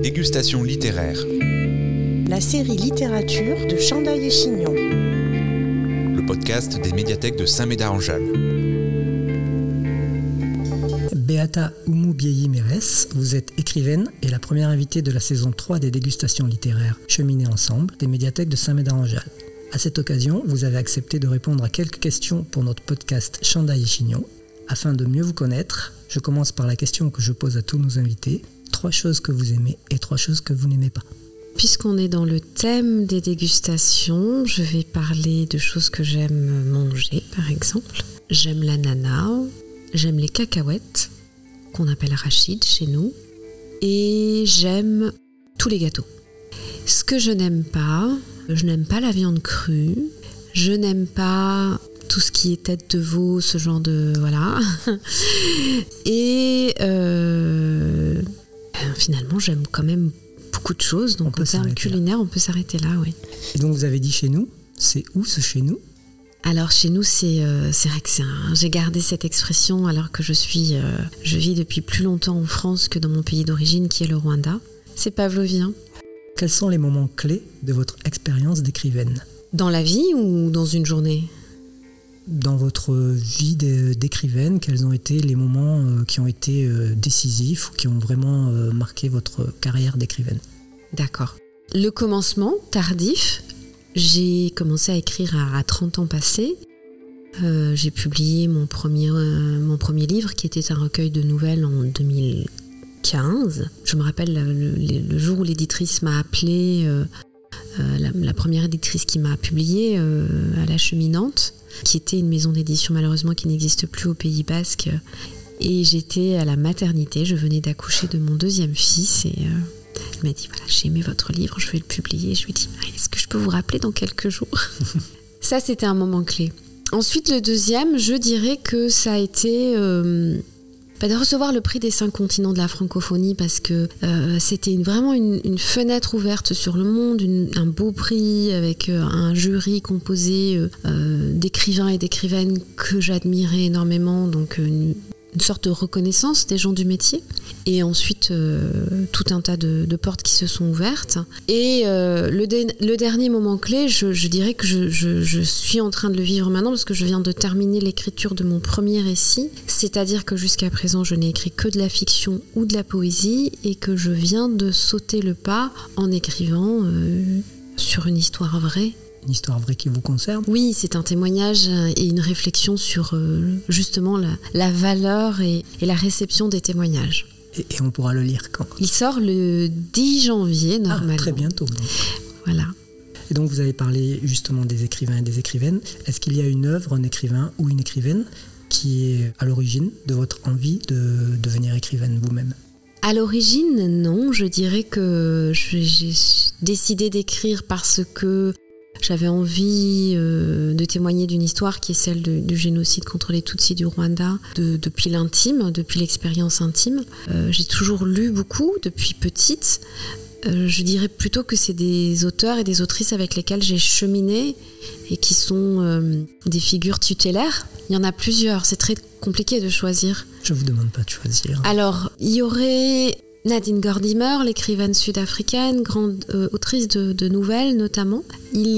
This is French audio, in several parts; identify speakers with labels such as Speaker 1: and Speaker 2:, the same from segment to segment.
Speaker 1: Dégustation littéraire.
Speaker 2: La série littérature de Chandaille et Chignon.
Speaker 1: Le podcast des médiathèques de Saint-Médard-en-Jalles.
Speaker 3: Beata Oumou-Biayi-Mérès, vous êtes écrivaine et la première invitée de la saison 3 des dégustations littéraires Cheminer ensemble des médiathèques de Saint-Médard-en-Jalles. À cette occasion, vous avez accepté de répondre à quelques questions pour notre podcast Chandaille et Chignon. Afin de mieux vous connaître, je commence par la question que je pose à tous nos invités. 3 choses que vous aimez et 3 choses que vous n'aimez pas.
Speaker 4: Puisqu'on est dans le thème des dégustations, je vais parler de choses que j'aime manger, par exemple. J'aime l'ananas, j'aime les cacahuètes, qu'on appelle arachides chez nous, et j'aime tous les gâteaux. Ce que je n'aime pas la viande crue, je n'aime pas tout ce qui est tête de veau, ce genre de... voilà. Et finalement, j'aime quand même beaucoup de choses, donc en termes culinaires, on peut s'arrêter là, oui.
Speaker 3: Et donc vous avez dit chez nous, c'est où ce chez nous ?
Speaker 4: Alors chez nous, c'est vrai que j'ai gardé cette expression alors que je vis depuis plus longtemps en France que dans mon pays d'origine, qui est le Rwanda. C'est pavlovien.
Speaker 3: Quels sont les moments clés de votre expérience d'écrivaine ?
Speaker 4: Dans la vie ou dans une journée ?
Speaker 3: Dans votre vie d'écrivaine, quels ont été les moments qui ont été décisifs ou qui ont vraiment marqué votre carrière d'écrivaine ?
Speaker 4: D'accord. Le commencement tardif, j'ai commencé à écrire à 30 ans passés. J'ai publié mon premier livre qui était un recueil de nouvelles en 2015. Je me rappelle le jour où l'éditrice m'a appelée, la première éditrice qui m'a publié à La Cheminante, qui était une maison d'édition malheureusement qui n'existe plus au Pays Basque. Et j'étais à la maternité, je venais d'accoucher de mon 2e fils et elle m'a dit voilà, j'ai aimé votre livre, je vais le publier. Je lui ai dit est-ce que je peux vous rappeler dans quelques jours ? Ça, c'était un moment clé. Ensuite, le deuxième, je dirais que ça a été de recevoir le prix des 5 continents de la francophonie, parce que c'était vraiment une fenêtre ouverte sur le monde, un beau prix avec un jury composé d'écrivains et d'écrivaines que j'admirais énormément, donc une sorte de reconnaissance des gens du métier. Et ensuite, tout un tas de portes qui se sont ouvertes. Et le dernier moment clé, je dirais que je suis en train de le vivre maintenant, parce que je viens de terminer l'écriture de mon premier récit. C'est-à-dire que jusqu'à présent, je n'ai écrit que de la fiction ou de la poésie, et que je viens de sauter le pas en écrivant sur une histoire vraie.
Speaker 3: Une histoire vraie qui vous concerne ?
Speaker 4: Oui, c'est un témoignage et une réflexion sur justement la valeur et la réception des témoignages.
Speaker 3: Et on pourra le lire quand ?
Speaker 4: Il sort le 10 janvier, normalement.
Speaker 3: Très bientôt. Donc.
Speaker 4: Voilà.
Speaker 3: Et donc vous avez parlé justement des écrivains et des écrivaines. Est-ce qu'il y a une œuvre, un écrivain ou une écrivaine qui est à l'origine de votre envie de devenir écrivaine vous-même ?
Speaker 4: À l'origine, non. Je dirais que j'ai décidé d'écrire parce que j'avais envie de témoigner d'une histoire qui est celle du génocide contre les Tutsis du Rwanda, depuis l'intime, depuis l'expérience intime. J'ai toujours lu beaucoup depuis petite. Je dirais plutôt que c'est des auteurs et des autrices avec lesquels j'ai cheminé et qui sont des figures tutélaires. Il y en a plusieurs, c'est très compliqué de choisir.
Speaker 3: Je ne vous demande pas de choisir.
Speaker 4: Alors, il y aurait Nadine Gordimer, l'écrivaine sud-africaine, grande autrice de nouvelles notamment. Il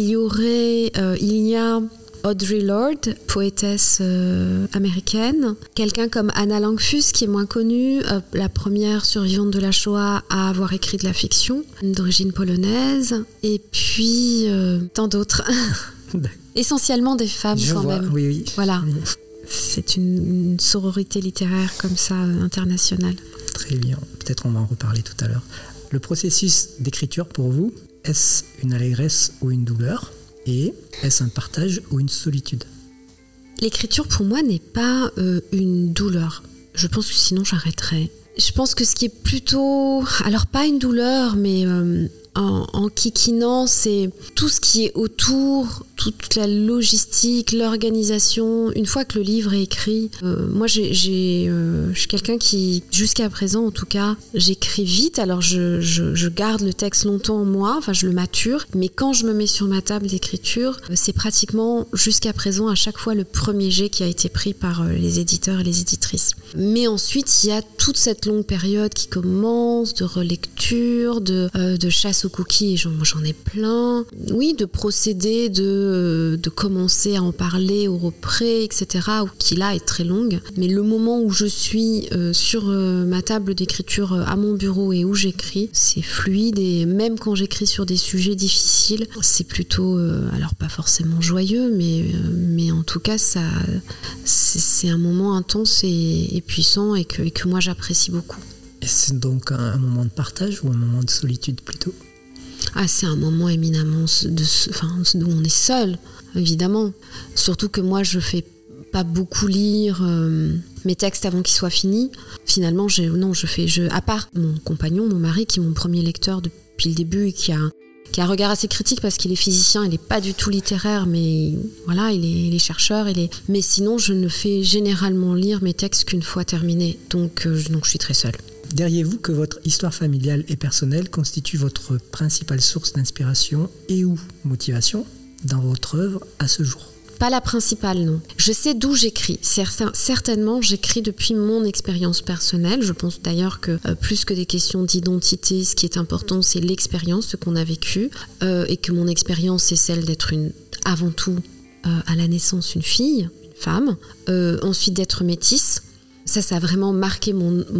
Speaker 4: y a Audre Lorde, poétesse américaine. Quelqu'un comme Anna Langfuss, qui est moins connue, la première survivante de la Shoah à avoir écrit de la fiction, d'origine polonaise. Et puis tant d'autres. Essentiellement des femmes même.
Speaker 3: Oui.
Speaker 4: Voilà. C'est une sororité littéraire comme ça, internationale.
Speaker 3: Très bien, peut-être on va en reparler tout à l'heure. Le processus d'écriture pour vous, est-ce une allégresse ou une douleur ? Et est-ce un partage ou une solitude ?
Speaker 4: L'écriture pour moi n'est pas une douleur. Je pense que sinon j'arrêterais. Je pense que ce qui est plutôt... Alors pas une douleur, mais en kikinant, c'est tout ce qui est autour, tout toute la logistique, l'organisation. Une fois que le livre est écrit, moi je suis quelqu'un qui, jusqu'à présent en tout cas, j'écris vite. Alors je garde le texte longtemps en moi, enfin je le mature, mais quand je me mets sur ma table d'écriture, c'est pratiquement jusqu'à présent à chaque fois le premier jet qui a été pris par les éditeurs et les éditrices. Mais ensuite il y a toute cette longue période qui commence de relecture, de chasse aux cookies, et j'en ai plein. Oui, de procéder, de commencer à en parler au repré, etc., qui là est très longue. Mais le moment où je suis sur ma table d'écriture à mon bureau et où j'écris, c'est fluide, et même quand j'écris sur des sujets difficiles, c'est plutôt, alors pas forcément joyeux, mais en tout cas, c'est un moment intense et puissant et que moi j'apprécie beaucoup.
Speaker 3: Et c'est donc un moment de partage ou un moment de solitude plutôt ?
Speaker 4: Ah, c'est un moment éminemment où on est seul, évidemment. Surtout que moi, je fais pas beaucoup lire mes textes avant qu'ils soient finis. Finalement, à part mon compagnon, mon mari, qui est mon premier lecteur depuis le début et qui a un regard assez critique parce qu'il est physicien, il n'est pas du tout littéraire, mais voilà, il est chercheur. Mais sinon, je ne fais généralement lire mes textes qu'une fois terminés. Donc je suis très seule.
Speaker 3: Diriez-vous que votre histoire familiale et personnelle constitue votre principale source d'inspiration et ou motivation dans votre œuvre à ce jour ?
Speaker 4: Pas la principale, non. Je sais d'où j'écris. Certainement, j'écris depuis mon expérience personnelle. Je pense d'ailleurs que plus que des questions d'identité, ce qui est important, c'est l'expérience, ce qu'on a vécu, et que mon expérience, c'est celle d'être avant tout, à la naissance, une fille, une femme, ensuite d'être métisse. Ça a vraiment marqué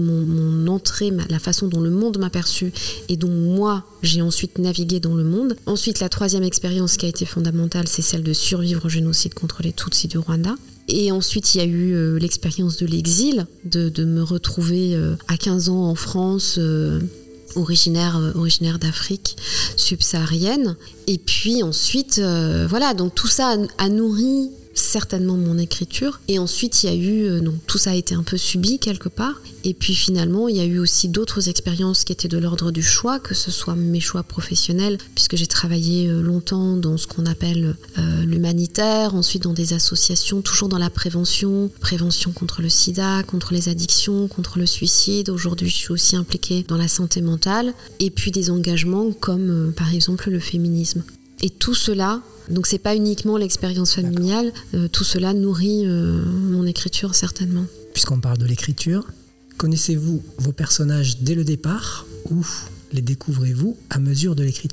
Speaker 4: mon entrée, la façon dont le monde m'a perçue et dont moi, j'ai ensuite navigué dans le monde. Ensuite, la troisième expérience qui a été fondamentale, c'est celle de survivre au génocide contre les Tutsis du Rwanda. Et ensuite, il y a eu l'expérience de l'exil, de me retrouver à 15 ans en France, originaire d'Afrique subsaharienne. Et puis ensuite, voilà, donc tout ça a nourri certainement mon écriture. Et ensuite, il y a eu... tout ça a été un peu subi quelque part. Et puis finalement, il y a eu aussi d'autres expériences qui étaient de l'ordre du choix, que ce soit mes choix professionnels, puisque j'ai travaillé longtemps dans ce qu'on appelle l'humanitaire, ensuite dans des associations, toujours dans la prévention contre le sida, contre les addictions, contre le suicide. Aujourd'hui, je suis aussi impliquée dans la santé mentale. Et puis des engagements comme, par exemple, le féminisme. Et tout cela... Donc c'est pas uniquement l'expérience familiale, tout cela nourrit mon écriture certainement.
Speaker 3: Puisqu'on parle de l'écriture, connaissez-vous vos personnages dès le départ ou les découvrez-vous à mesure de l'écriture ?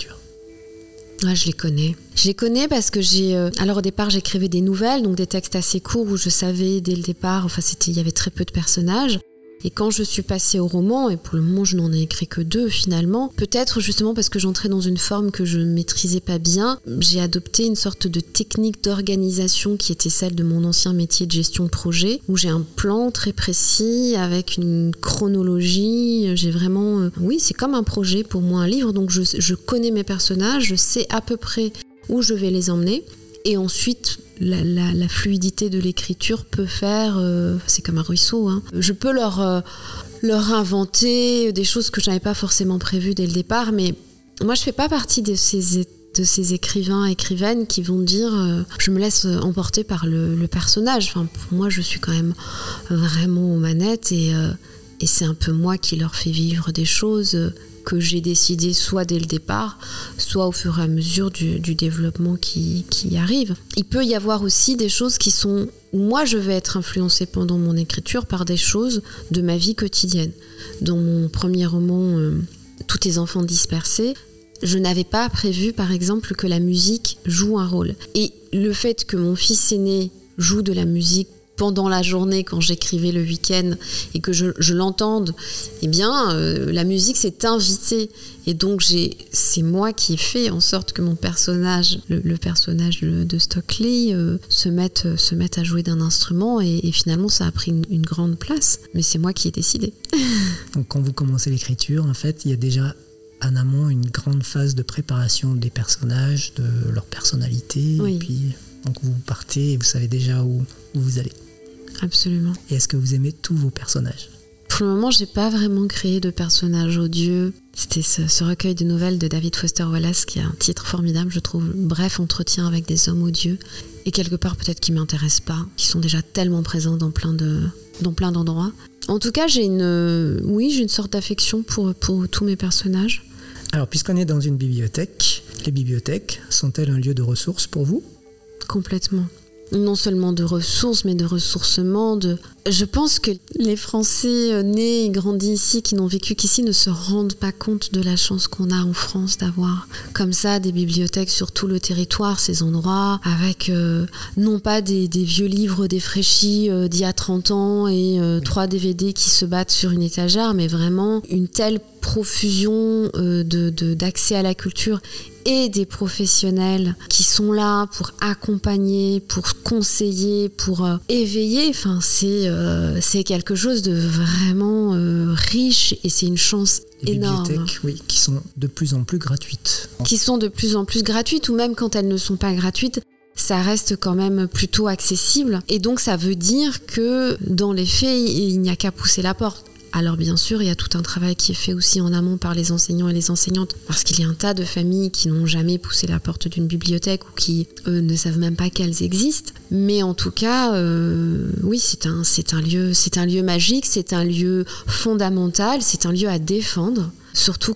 Speaker 4: Ah, je les connais. Je les connais parce que alors au départ j'écrivais des nouvelles, donc des textes assez courts où je savais dès le départ, il y avait très peu de personnages. Et quand je suis passée au roman, et pour le moment je n'en ai écrit que 2 finalement, peut-être justement parce que j'entrais dans une forme que je ne maîtrisais pas bien, j'ai adopté une sorte de technique d'organisation qui était celle de mon ancien métier de gestion de projet, où j'ai un plan très précis avec une chronologie, j'ai vraiment... oui, c'est comme un projet pour moi, un livre, donc je connais mes personnages, je sais à peu près où je vais les emmener. Et ensuite, la fluidité de l'écriture peut faire... c'est comme un ruisseau. Hein. Je peux leur inventer des choses que je n'avais pas forcément prévues dès le départ. Mais moi, je ne fais pas partie de ces écrivains, écrivaines qui vont dire je me laisse emporter par le personnage. Enfin, pour moi, je suis quand même vraiment aux manettes. Et c'est un peu moi qui leur fais vivre des choses... que j'ai décidé soit dès le départ, soit au fur et à mesure du développement qui arrive. Il peut y avoir aussi des choses qui sont... Moi, je vais être influencée pendant mon écriture par des choses de ma vie quotidienne. Dans mon premier roman, Tous tes enfants dispersés, je n'avais pas prévu, par exemple, que la musique joue un rôle. Et le fait que mon fils aîné joue de la musique pendant la journée, quand j'écrivais le week-end, et que je l'entende, eh bien, la musique s'est invitée. Et donc, c'est moi qui ai fait en sorte que mon personnage, le personnage de Stockley, se mette à jouer d'un instrument. Et finalement, ça a pris une grande place. Mais c'est moi qui ai décidé.
Speaker 3: Donc, quand vous commencez l'écriture, en fait, il y a déjà en amont une grande phase de préparation des personnages, de leur personnalité. Oui. Et puis, donc, vous partez et vous savez déjà où vous allez.
Speaker 4: Absolument.
Speaker 3: Et est-ce que vous aimez tous vos personnages ?
Speaker 4: Pour le moment, j'ai pas vraiment créé de personnage odieux. C'était ce recueil de nouvelles de David Foster Wallace qui a un titre formidable, je trouve. Bref, entretien avec des hommes odieux. Et quelque part, peut-être qui m'intéressent pas, qui sont déjà tellement présents dans plein d'endroits. En tout cas, j'ai une sorte d'affection pour tous mes personnages.
Speaker 3: Alors, puisqu'on est dans une bibliothèque, les bibliothèques sont-elles un lieu de ressources pour vous ?
Speaker 4: Complètement. Non seulement de ressources, mais de ressourcement. Je pense que les Français nés et grandis ici, qui n'ont vécu qu'ici, ne se rendent pas compte de la chance qu'on a en France d'avoir comme ça des bibliothèques sur tout le territoire, ces endroits, avec non pas des vieux livres défraîchis d'il y a 30 ans et 3 DVD qui se battent sur une étagère, mais vraiment une telle profusion d'accès à la culture et des professionnels qui sont là pour accompagner, pour conseiller, pour éveiller. Enfin, c'est quelque chose de vraiment riche et c'est une chance énorme.
Speaker 3: Les bibliothèques, oui, qui sont de plus en plus gratuites.
Speaker 4: Qui sont de plus en plus gratuites, ou même quand elles ne sont pas gratuites, ça reste quand même plutôt accessible. Et donc ça veut dire que dans les faits, il n'y a qu'à pousser la porte. Alors bien sûr, il y a tout un travail qui est fait aussi en amont par les enseignants et les enseignantes, parce qu'il y a un tas de familles qui n'ont jamais poussé la porte d'une bibliothèque ou qui ne savent même pas qu'elles existent. Mais en tout cas, oui, c'est un lieu magique, c'est un lieu fondamental, c'est un lieu à défendre, surtout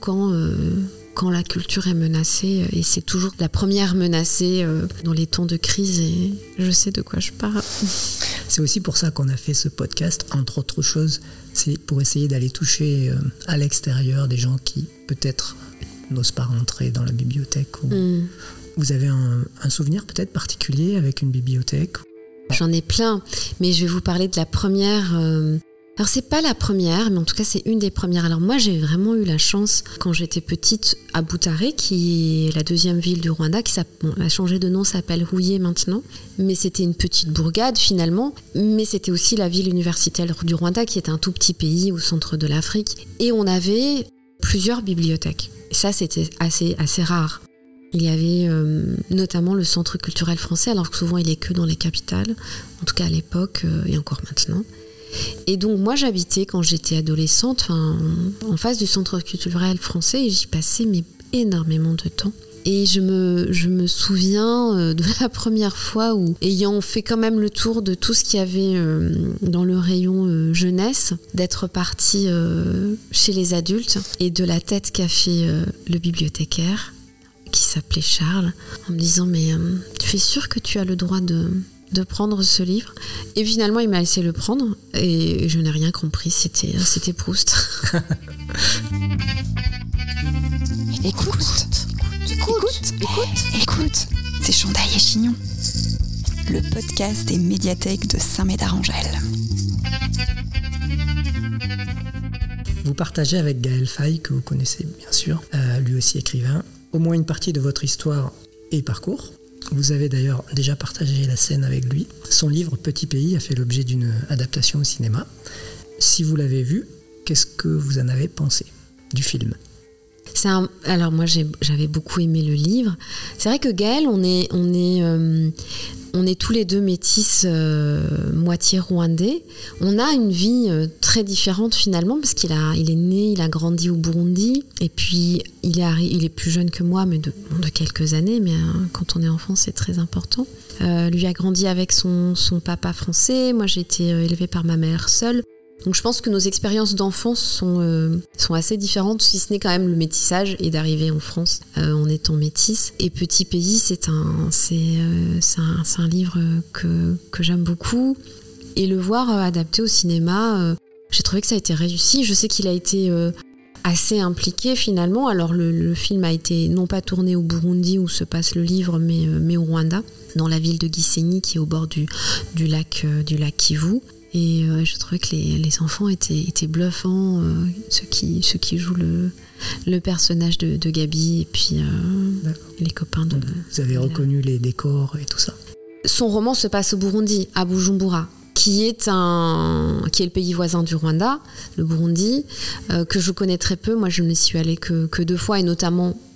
Speaker 4: quand la culture est menacée, et c'est toujours la première menacée dans les temps de crise, et je sais de quoi je parle.
Speaker 3: C'est aussi pour ça qu'on a fait ce podcast, entre autres choses, c'est pour essayer d'aller toucher à l'extérieur des gens qui peut-être n'osent pas rentrer dans la bibliothèque. Vous avez un souvenir peut-être particulier avec une bibliothèque ?
Speaker 4: J'en ai plein, mais je vais vous parler de la première... Alors c'est pas la première, mais en tout cas c'est une des premières. Alors moi j'ai vraiment eu la chance quand j'étais petite à Butare, qui est la deuxième ville du Rwanda, qui a changé de nom, s'appelle Huye maintenant. Mais c'était une petite bourgade finalement, mais c'était aussi la ville universitaire du Rwanda, qui est un tout petit pays au centre de l'Afrique. Et on avait plusieurs bibliothèques. Et ça c'était assez rare. Il y avait notamment le centre culturel français, alors que souvent il est que dans les capitales, en tout cas à l'époque et encore maintenant. Et donc moi j'habitais quand j'étais adolescente en face du centre culturel français, et j'y passais énormément de temps. Et je me souviens de la première fois où, ayant fait quand même le tour de tout ce qu'il y avait dans le rayon jeunesse, d'être partie chez les adultes, et de la tête qu'a fait le bibliothécaire, qui s'appelait Charles, en me disant « Mais tu es sûre que tu as le droit de prendre ce livre ?» Et finalement, il m'a laissé le prendre et je n'ai rien compris. C'était Proust.
Speaker 5: Écoute, c'est Chandaille et Chignon, le podcast des médiathèques de Saint-Médard-en-Jalles.
Speaker 3: Vous partagez avec Gaël Faye, que vous connaissez bien sûr, lui aussi écrivain, au moins une partie de votre histoire et parcours. Vous avez d'ailleurs déjà partagé la scène avec lui. Son livre Petit Pays a fait l'objet d'une adaptation au cinéma. Si vous l'avez vu, qu'est-ce que vous en avez pensé du film ?
Speaker 4: Alors moi j'avais beaucoup aimé le livre. C'est vrai que Gaël, on est tous les deux métis moitié rwandais. On a une vie très différente finalement, parce qu'il est né, il a grandi au Burundi, et puis il est plus jeune que moi, mais de quelques années, mais quand on est enfant c'est très important. Lui a grandi avec son papa français, moi j'ai été élevée par ma mère seule. Donc je pense que nos expériences d'enfance sont assez différentes, si ce n'est quand même le métissage et d'arriver en France en étant métisse. Et Petit Pays, c'est un livre que j'aime beaucoup. Et le voir adapté au cinéma, j'ai trouvé que ça a été réussi. Je sais qu'il a été assez impliqué finalement. Alors le film a été non pas tourné au Burundi où se passe le livre, mais au Rwanda, dans la ville de Gisenyi qui est au bord du lac Kivu. Et je trouvais que les enfants étaient bluffants, ceux qui jouent le personnage de Gabi, et puis les copains de...
Speaker 3: Vous avez reconnu les décors et tout ça ?
Speaker 4: Son roman se passe au Burundi, à Bujumbura, qui est le pays voisin du Rwanda, le Burundi, que je connais très peu. Moi, je ne suis allée que 2 fois, et notamment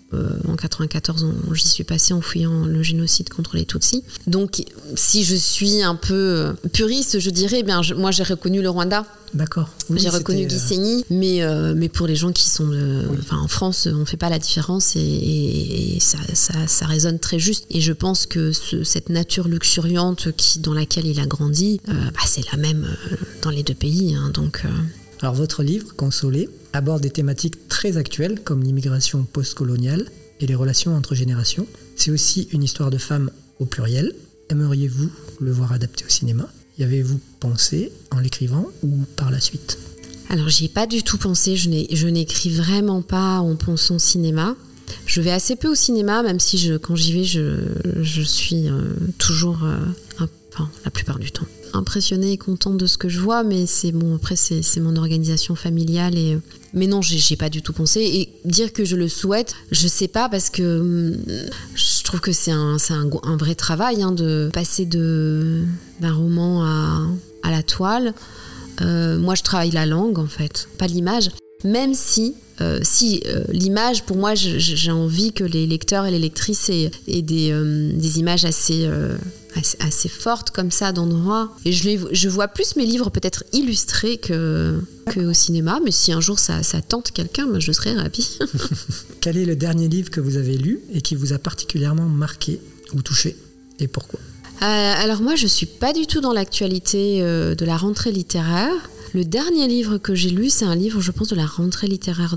Speaker 4: En 94, j'y suis passée en fouillant le génocide contre les Tutsis. Donc, si je suis un peu puriste, je dirais, moi j'ai reconnu le Rwanda.
Speaker 3: D'accord. Oui,
Speaker 4: j'ai reconnu Gisenyi, mais pour les gens qui sont en France, on ne fait pas la différence et ça résonne très juste. Et je pense que cette nature luxuriante dans laquelle il a grandi, c'est la même dans les deux pays. Donc.
Speaker 3: Alors votre livre, Consolé, aborde des thématiques très actuelles comme l'immigration post-coloniale et les relations entre générations. C'est aussi une histoire de femmes au pluriel. Aimeriez-vous le voir adapté au cinéma ? Y avez-vous pensé en l'écrivant ou par la suite ?
Speaker 4: Alors j'y ai pas du tout pensé, je n'écris vraiment pas en pensant cinéma. Je vais assez peu au cinéma, même si quand j'y vais, je suis toujours, la plupart du temps, impressionnée et contente de ce que je vois, mais c'est bon, après c'est mon organisation familiale mais non, j'ai pas du tout pensé. Et dire que je le souhaite, je sais pas, parce que je trouve que c'est un vrai travail de passer d'un roman à la toile. Moi je travaille la langue en fait, pas l'image, même si l'image, pour moi, j'ai envie que les lecteurs et les lectrices aient des images assez fortes comme ça d'endroits. Et je vois plus mes livres peut-être illustrés qu'au cinéma, mais si un jour ça tente quelqu'un, moi, je serais ravie.
Speaker 3: Quel est le dernier livre que vous avez lu et qui vous a particulièrement marqué ou touché, et pourquoi ?
Speaker 4: Alors moi, je suis pas du tout dans l'actualité de la rentrée littéraire. Le dernier livre que j'ai lu, c'est un livre, je pense, de la rentrée littéraire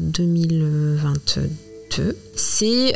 Speaker 4: 2022. C'est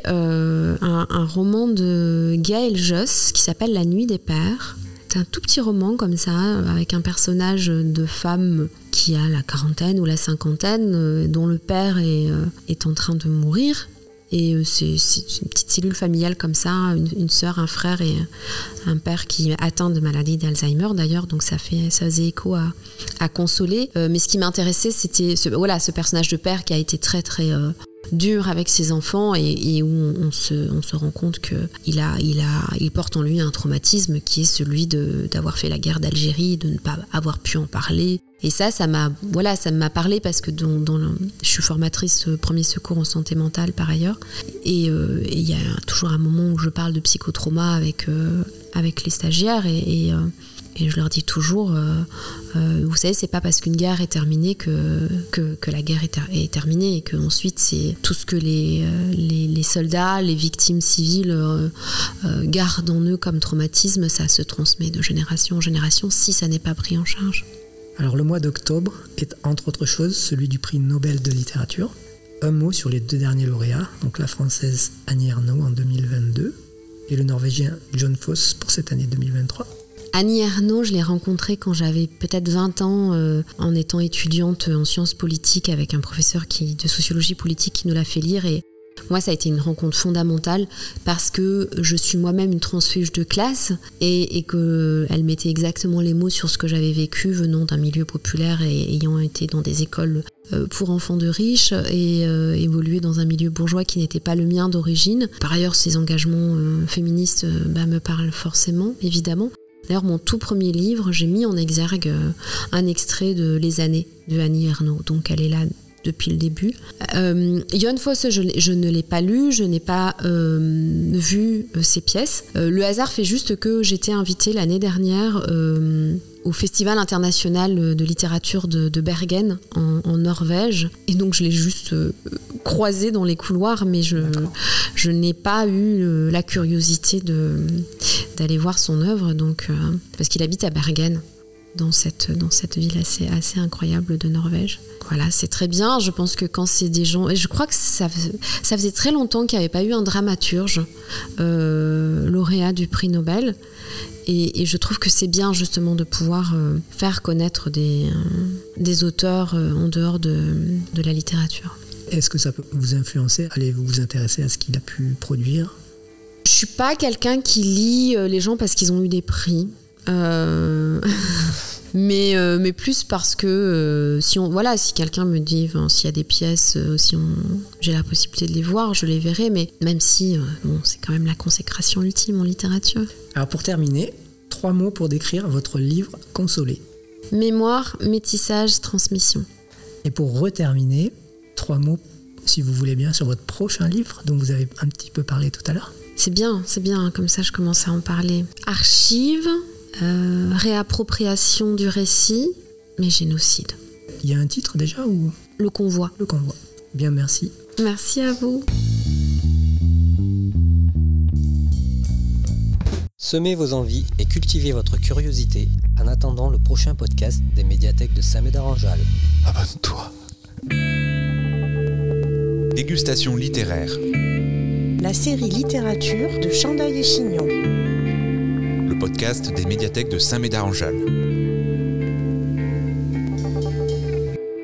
Speaker 4: un roman de Gaël Josse qui s'appelle La Nuit des Pères. C'est un tout petit roman comme ça, avec un personnage de femme qui a la quarantaine ou la cinquantaine, dont le père est en train de mourir. Et c'est une petite cellule familiale comme ça, une sœur, un frère et un père qui est atteint de maladie d'Alzheimer d'ailleurs, donc ça faisait écho à Consolé. Mais ce qui m'intéressait, c'était ce personnage de père qui a été très très dur avec ses enfants et où on se rend compte qu'il porte en lui un traumatisme qui est celui d'avoir fait la guerre d'Algérie, de ne pas avoir pu en parler. Et ça m'a parlé parce que je suis formatrice premier secours en santé mentale par ailleurs. Et il y a toujours un moment où je parle de psychotrauma avec les stagiaires et je leur dis toujours, vous savez, c'est pas parce qu'une guerre est terminée que la guerre est terminée, et qu'ensuite c'est tout ce que les soldats, les victimes civiles gardent en eux comme traumatisme, ça se transmet de génération en génération si ça n'est pas pris en charge.
Speaker 3: Alors le mois d'octobre est entre autres choses celui du prix Nobel de littérature. Un mot sur les deux derniers lauréats, donc la française Annie Ernaux en 2022 et le norvégien John Foss pour cette année 2023.
Speaker 4: Annie Ernaux, je l'ai rencontrée quand j'avais peut-être 20 ans en étant étudiante en sciences politiques avec un professeur de sociologie politique qui nous l'a fait lire. Et moi, ça a été une rencontre fondamentale parce que je suis moi-même une transfuge de classe et qu'elle mettait exactement les mots sur ce que j'avais vécu venant d'un milieu populaire et ayant été dans des écoles pour enfants de riches et évoluer dans un milieu bourgeois qui n'était pas le mien d'origine. Par ailleurs, ses engagements féministes me parlent forcément, évidemment. D'ailleurs, mon tout premier livre, j'ai mis en exergue un extrait de Les années de Annie Ernaux. Donc, elle est là depuis le début. Jon Fosse, je ne l'ai pas lu, je n'ai pas vu ses pièces. Le hasard fait juste que j'étais invitée l'année dernière au Festival international de littérature de Bergen en Norvège. Et donc je l'ai juste croisé dans les couloirs, mais je n'ai pas eu la curiosité d'aller voir son œuvre, donc, parce qu'il habite à Bergen, dans cette ville assez incroyable de Norvège. Voilà, c'est très bien. Je pense que quand c'est des gens... Et je crois que ça faisait très longtemps qu'il n'y avait pas eu un dramaturge lauréat du prix Nobel. Et je trouve que c'est bien justement de pouvoir faire connaître des auteurs en dehors de la littérature.
Speaker 3: Est-ce que ça peut vous influencer ? Allez-vous vous intéresser à ce qu'il a pu produire ?
Speaker 4: Je ne suis pas quelqu'un qui lit les gens parce qu'ils ont eu des prix. Mais plus parce que si quelqu'un me dit, s'il y a des pièces, j'ai la possibilité de les voir, je les verrai, mais même si c'est quand même la consécration ultime en littérature.
Speaker 3: Alors pour terminer, 3 mots pour décrire votre livre Consolé.
Speaker 4: Mémoire, métissage, transmission.
Speaker 3: Et pour reterminer, 3 mots si vous voulez bien, sur votre prochain livre dont vous avez un petit peu parlé tout à l'heure.
Speaker 4: C'est bien, comme ça je commence à en parler. Archives, réappropriation du récit, mais génocide.
Speaker 3: Il y a un titre déjà ou...
Speaker 4: Le convoi.
Speaker 3: Le convoi. Bien, merci.
Speaker 4: Merci à vous.
Speaker 3: Semez vos envies et cultivez votre curiosité en attendant le prochain podcast des médiathèques de Saint-Médard-en-Jalles.
Speaker 1: Abonne-toi. Dégustation littéraire.
Speaker 2: La série littérature de Chandail et Chignon.
Speaker 1: Le podcast des médiathèques de Saint-Médard-en-Jalles.